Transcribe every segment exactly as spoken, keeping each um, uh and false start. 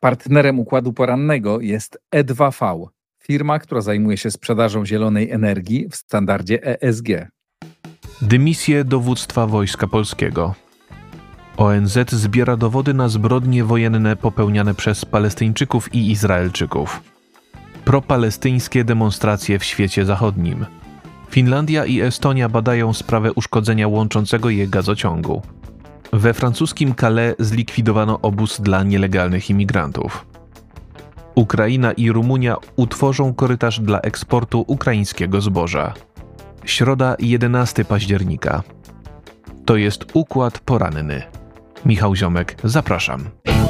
Partnerem układu porannego jest E dwa V, firma, która zajmuje się sprzedażą zielonej energii w standardzie E S G. Dymisje dowództwa Wojska Polskiego. O N Z zbiera dowody na zbrodnie wojenne popełniane przez Palestyńczyków i Izraelczyków. Propalestyńskie demonstracje w świecie zachodnim. Finlandia i Estonia badają sprawę uszkodzenia łączącego je gazociągu. We francuskim Calais zlikwidowano obóz dla nielegalnych imigrantów. Ukraina i Rumunia utworzą korytarz dla eksportu ukraińskiego zboża. Środa, jedenastego października. To jest Układ Poranny. Michał Ziomek, zapraszam.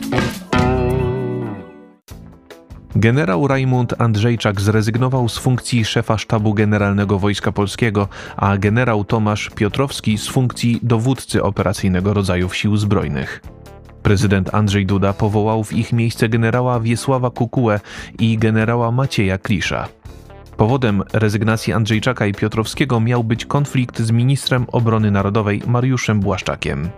Generał Rajmund Andrzejczak zrezygnował z funkcji szefa Sztabu Generalnego Wojska Polskiego, a generał Tomasz Piotrowski z funkcji dowódcy operacyjnego rodzajów Sił Zbrojnych. Prezydent Andrzej Duda powołał w ich miejsce generała Wiesława Kukułę i generała Macieja Klisza. Powodem rezygnacji Andrzejczaka i Piotrowskiego miał być konflikt z ministrem obrony narodowej Mariuszem Błaszczakiem.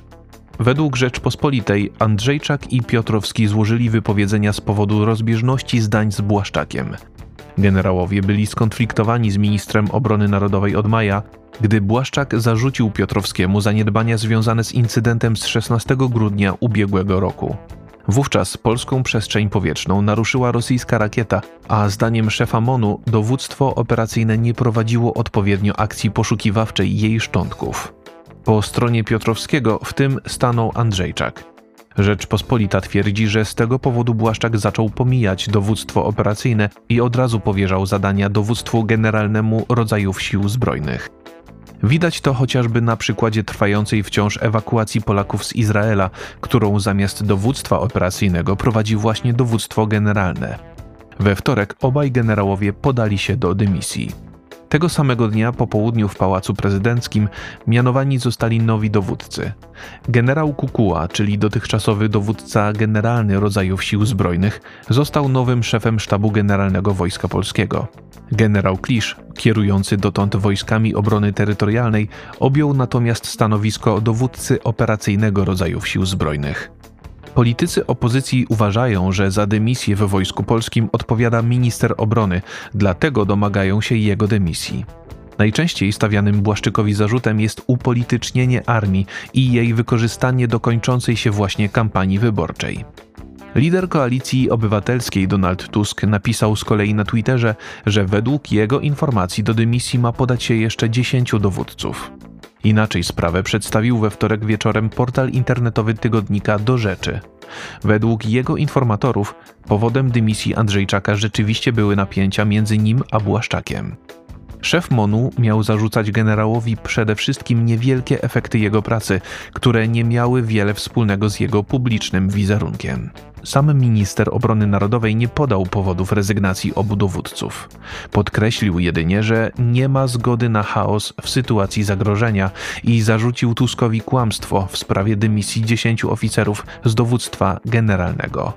Według Rzeczpospolitej Andrzejczak i Piotrowski złożyli wypowiedzenia z powodu rozbieżności zdań z Błaszczakiem. Generałowie byli skonfliktowani z ministrem obrony narodowej od maja, gdy Błaszczak zarzucił Piotrowskiemu zaniedbania związane z incydentem z szesnastego grudnia ubiegłego roku. Wówczas polską przestrzeń powietrzną naruszyła rosyjska rakieta, a zdaniem szefa MON-u dowództwo operacyjne nie prowadziło odpowiednio akcji poszukiwawczej jej szczątków. Po stronie Piotrowskiego w tym stanął Andrzejczak. Rzeczpospolita twierdzi, że z tego powodu Błaszczak zaczął pomijać dowództwo operacyjne i od razu powierzał zadania dowództwu generalnemu rodzajów Sił Zbrojnych. Widać to chociażby na przykładzie trwającej wciąż ewakuacji Polaków z Izraela, którą zamiast dowództwa operacyjnego prowadzi właśnie dowództwo generalne. We wtorek obaj generałowie podali się do dymisji. Tego samego dnia po południu w Pałacu Prezydenckim mianowani zostali nowi dowódcy. Generał Kukuła, czyli dotychczasowy dowódca generalny rodzajów Sił Zbrojnych, został nowym szefem Sztabu Generalnego Wojska Polskiego. Generał Klisz, kierujący dotąd wojskami obrony terytorialnej, objął natomiast stanowisko dowódcy operacyjnego rodzajów Sił Zbrojnych. Politycy opozycji uważają, że za dymisję w Wojsku Polskim odpowiada minister obrony, dlatego domagają się jego dymisji. Najczęściej stawianym Błaszczykowi zarzutem jest upolitycznienie armii i jej wykorzystanie do kończącej się właśnie kampanii wyborczej. Lider Koalicji Obywatelskiej Donald Tusk napisał z kolei na Twitterze, że według jego informacji do dymisji ma podać się jeszcze dziesięciu dowódców. Inaczej sprawę przedstawił we wtorek wieczorem portal internetowy tygodnika Do Rzeczy. Według jego informatorów powodem dymisji Andrzejczaka rzeczywiście były napięcia między nim a Błaszczakiem. Szef MON-u miał zarzucać generałowi przede wszystkim niewielkie efekty jego pracy, które nie miały wiele wspólnego z jego publicznym wizerunkiem. Sam minister obrony narodowej nie podał powodów rezygnacji obu dowódców. Podkreślił jedynie, że nie ma zgody na chaos w sytuacji zagrożenia i zarzucił Tuskowi kłamstwo w sprawie dymisji dziesięciu oficerów z dowództwa generalnego.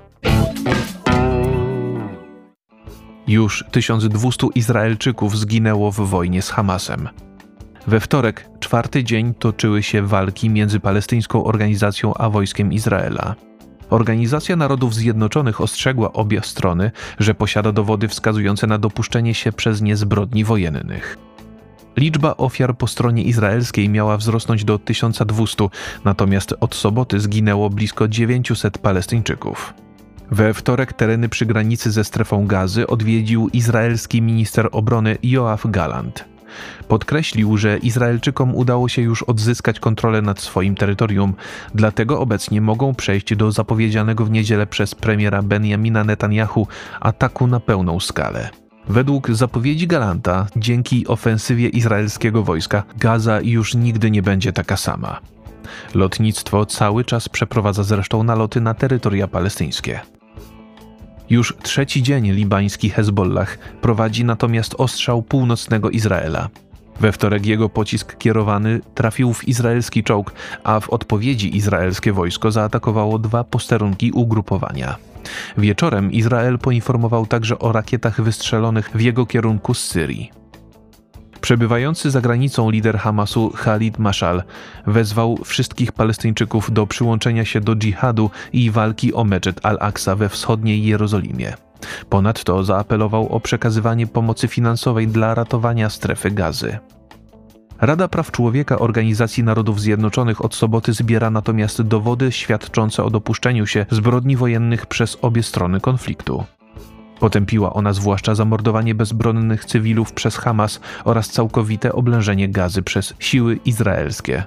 Już tysiąc dwieście Izraelczyków zginęło w wojnie z Hamasem. We wtorek, czwarty dzień, toczyły się walki między palestyńską organizacją a wojskiem Izraela. Organizacja Narodów Zjednoczonych ostrzegła obie strony, że posiada dowody wskazujące na dopuszczenie się przez nie zbrodni wojennych. Liczba ofiar po stronie izraelskiej miała wzrosnąć do tysiąc dwieście, natomiast od soboty zginęło blisko dziewięćset Palestyńczyków. We wtorek tereny przy granicy ze strefą Gazy odwiedził izraelski minister obrony Yoav Gallant. Podkreślił, że Izraelczykom udało się już odzyskać kontrolę nad swoim terytorium, dlatego obecnie mogą przejść do zapowiedzianego w niedzielę przez premiera Benjamina Netanyahu ataku na pełną skalę. Według zapowiedzi Gallanta, dzięki ofensywie izraelskiego wojska, Gaza już nigdy nie będzie taka sama. Lotnictwo cały czas przeprowadza zresztą naloty na terytoria palestyńskie. Już trzeci dzień libański Hezbollah prowadzi natomiast ostrzał północnego Izraela. We wtorek jego pocisk kierowany trafił w izraelski czołg, a w odpowiedzi izraelskie wojsko zaatakowało dwa posterunki ugrupowania. Wieczorem Izrael poinformował także o rakietach wystrzelonych w jego kierunku z Syrii. Przebywający za granicą lider Hamasu Khalid Mashal wezwał wszystkich Palestyńczyków do przyłączenia się do dżihadu i walki o Medżet al-Aqsa we wschodniej Jerozolimie. Ponadto zaapelował o przekazywanie pomocy finansowej dla ratowania strefy Gazy. Rada Praw Człowieka Organizacji Narodów Zjednoczonych od soboty zbiera natomiast dowody świadczące o dopuszczeniu się zbrodni wojennych przez obie strony konfliktu. Potępiła ona zwłaszcza zamordowanie bezbronnych cywilów przez Hamas oraz całkowite oblężenie Gazy przez siły izraelskie.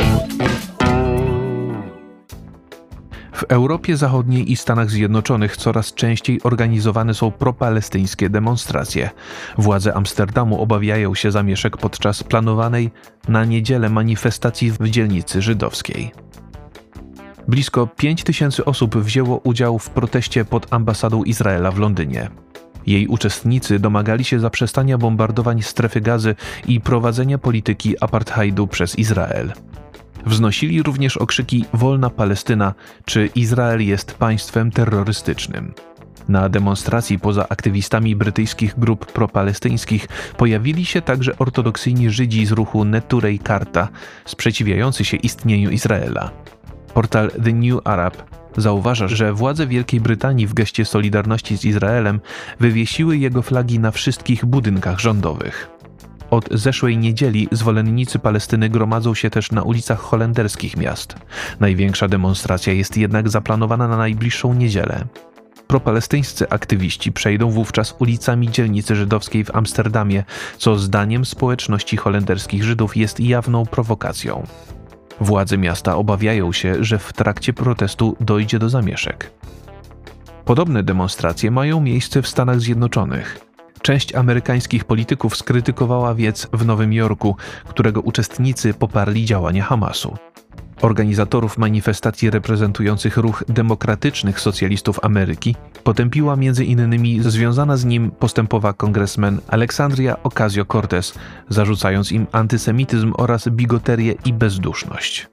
W Europie Zachodniej i Stanach Zjednoczonych coraz częściej organizowane są propalestyńskie demonstracje. Władze Amsterdamu obawiają się zamieszek podczas planowanej na niedzielę manifestacji w dzielnicy żydowskiej. Blisko pięć tysięcy osób wzięło udział w proteście pod ambasadą Izraela w Londynie. Jej uczestnicy domagali się zaprzestania bombardowań strefy Gazy i prowadzenia polityki apartheidu przez Izrael. Wznosili również okrzyki „Wolna Palestyna” czy „Izrael jest państwem terrorystycznym”. Na demonstracji poza aktywistami brytyjskich grup propalestyńskich pojawili się także ortodoksyjni Żydzi z ruchu Neturei Karta, sprzeciwiający się istnieniu Izraela. Portal The New Arab zauważa, że władze Wielkiej Brytanii w geście solidarności z Izraelem wywiesiły jego flagi na wszystkich budynkach rządowych. Od zeszłej niedzieli zwolennicy Palestyny gromadzą się też na ulicach holenderskich miast. Największa demonstracja jest jednak zaplanowana na najbliższą niedzielę. Propalestyńscy aktywiści przejdą wówczas ulicami dzielnicy żydowskiej w Amsterdamie, co zdaniem społeczności holenderskich Żydów jest jawną prowokacją. Władze miasta obawiają się, że w trakcie protestu dojdzie do zamieszek. Podobne demonstracje mają miejsce w Stanach Zjednoczonych. Część amerykańskich polityków skrytykowała wiec w Nowym Jorku, którego uczestnicy poparli działania Hamasu. Organizatorów manifestacji reprezentujących ruch demokratycznych socjalistów Ameryki potępiła między innymi związana z nim postępowa kongresmen Alexandria Ocasio-Cortez, zarzucając im antysemityzm oraz bigoterię i bezduszność.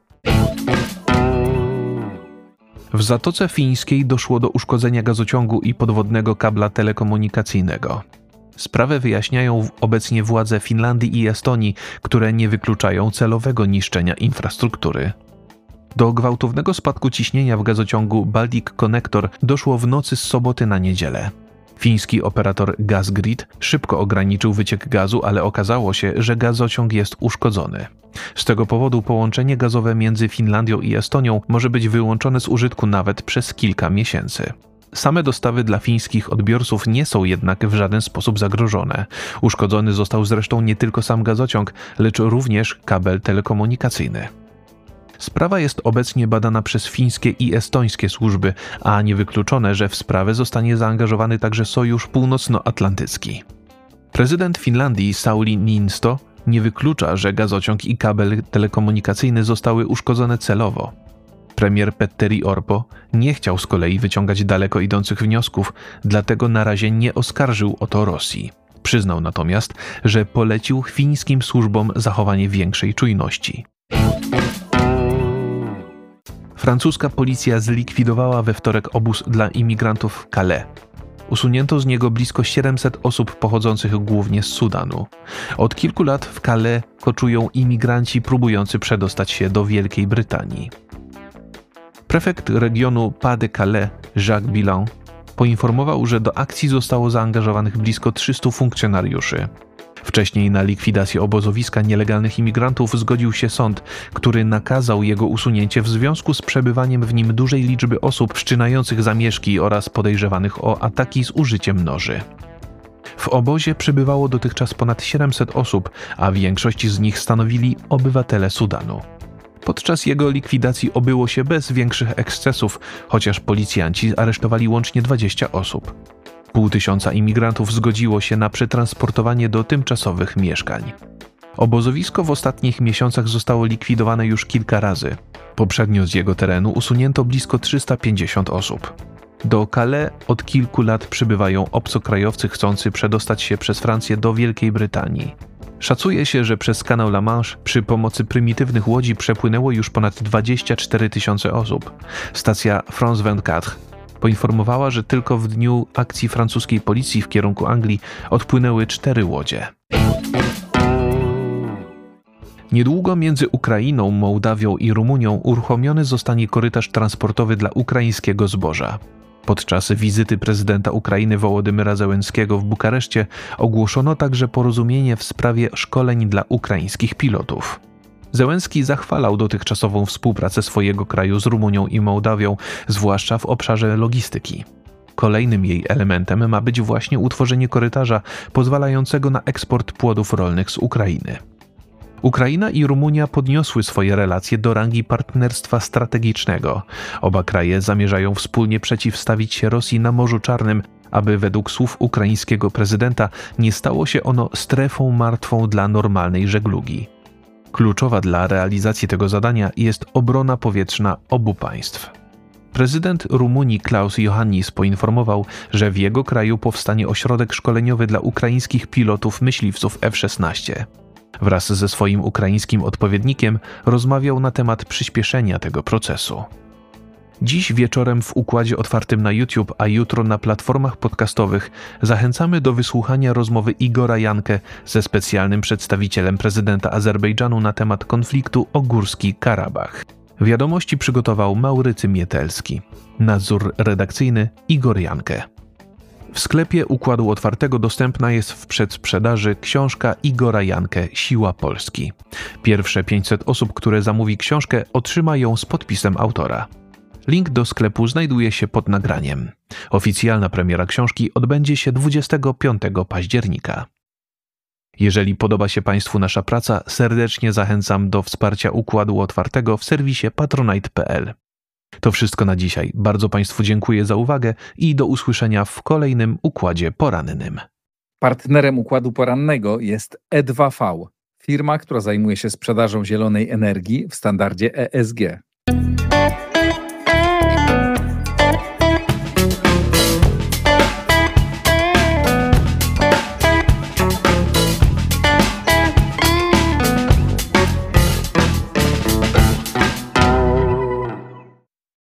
W Zatoce Fińskiej doszło do uszkodzenia gazociągu i podwodnego kabla telekomunikacyjnego. Sprawę wyjaśniają obecnie władze Finlandii i Estonii, które nie wykluczają celowego niszczenia infrastruktury. Do gwałtownego spadku ciśnienia w gazociągu Baltic Connector doszło w nocy z soboty na niedzielę. Fiński operator Gasgrid szybko ograniczył wyciek gazu, ale okazało się, że gazociąg jest uszkodzony. Z tego powodu połączenie gazowe między Finlandią i Estonią może być wyłączone z użytku nawet przez kilka miesięcy. Same dostawy dla fińskich odbiorców nie są jednak w żaden sposób zagrożone. Uszkodzony został zresztą nie tylko sam gazociąg, lecz również kabel telekomunikacyjny. Sprawa jest obecnie badana przez fińskie i estońskie służby, a niewykluczone, że w sprawę zostanie zaangażowany także Sojusz Północnoatlantycki. Prezydent Finlandii Sauli Niinisto nie wyklucza, że gazociąg i kabel telekomunikacyjny zostały uszkodzone celowo. Premier Petteri Orpo nie chciał z kolei wyciągać daleko idących wniosków, dlatego na razie nie oskarżył o to Rosji. Przyznał natomiast, że polecił fińskim służbom zachowanie większej czujności. Francuska policja zlikwidowała we wtorek obóz dla imigrantów w Calais. Usunięto z niego blisko siedemset osób pochodzących głównie z Sudanu. Od kilku lat w Calais koczują imigranci próbujący przedostać się do Wielkiej Brytanii. Prefekt regionu Pas-de-Calais Jacques Bilan poinformował, że do akcji zostało zaangażowanych blisko trzystu funkcjonariuszy. Wcześniej na likwidację obozowiska nielegalnych imigrantów zgodził się sąd, który nakazał jego usunięcie w związku z przebywaniem w nim dużej liczby osób wszczynających zamieszki oraz podejrzewanych o ataki z użyciem noży. W obozie przebywało dotychczas ponad siedemset osób, a większość z nich stanowili obywatele Sudanu. Podczas jego likwidacji obyło się bez większych ekscesów, chociaż policjanci aresztowali łącznie dwadzieścia osób. Pół tysiąca imigrantów zgodziło się na przetransportowanie do tymczasowych mieszkań. Obozowisko w ostatnich miesiącach zostało likwidowane już kilka razy. Poprzednio z jego terenu usunięto blisko trzysta pięćdziesiąt osób. Do Calais od kilku lat przybywają obcokrajowcy chcący przedostać się przez Francję do Wielkiej Brytanii. Szacuje się, że przez kanał La Manche przy pomocy prymitywnych łodzi przepłynęło już ponad dwadzieścia cztery tysiące osób. Stacja France dwadzieścia cztery poinformowała, że tylko w dniu akcji francuskiej policji w kierunku Anglii odpłynęły cztery łodzie. Niedługo między Ukrainą, Mołdawią i Rumunią uruchomiony zostanie korytarz transportowy dla ukraińskiego zboża. Podczas wizyty prezydenta Ukrainy Wołodymyra Zełenskiego w Bukareszcie ogłoszono także porozumienie w sprawie szkoleń dla ukraińskich pilotów. Zełenski zachwalał dotychczasową współpracę swojego kraju z Rumunią i Mołdawią, zwłaszcza w obszarze logistyki. Kolejnym jej elementem ma być właśnie utworzenie korytarza pozwalającego na eksport płodów rolnych z Ukrainy. Ukraina i Rumunia podniosły swoje relacje do rangi partnerstwa strategicznego. Oba kraje zamierzają wspólnie przeciwstawić się Rosji na Morzu Czarnym, aby według słów ukraińskiego prezydenta nie stało się ono strefą martwą dla normalnej żeglugi. Kluczowa dla realizacji tego zadania jest obrona powietrzna obu państw. Prezydent Rumunii Klaus Iohannis poinformował, że w jego kraju powstanie ośrodek szkoleniowy dla ukraińskich pilotów myśliwców F szesnaście. Wraz ze swoim ukraińskim odpowiednikiem rozmawiał na temat przyspieszenia tego procesu. Dziś wieczorem w układzie otwartym na YouTube, a jutro na platformach podcastowych zachęcamy do wysłuchania rozmowy Igora Jankę ze specjalnym przedstawicielem prezydenta Azerbejdżanu na temat konfliktu o Górski Karabach. Wiadomości przygotował Maurycy Mietelski. Nadzór redakcyjny Igor Jankę. W sklepie Układu Otwartego dostępna jest w przedsprzedaży książka Igora Jankę Siła Polski. Pierwsze pięćset osób, które zamówi książkę, otrzyma ją z podpisem autora. Link do sklepu znajduje się pod nagraniem. Oficjalna premiera książki odbędzie się dwudziestego piątego października. Jeżeli podoba się Państwu nasza praca, serdecznie zachęcam do wsparcia Układu Otwartego w serwisie patronite kropka p l. To wszystko na dzisiaj. Bardzo Państwu dziękuję za uwagę i do usłyszenia w kolejnym Układzie Porannym. Partnerem Układu Porannego jest E dwa V, firma, która zajmuje się sprzedażą zielonej energii w standardzie E S G.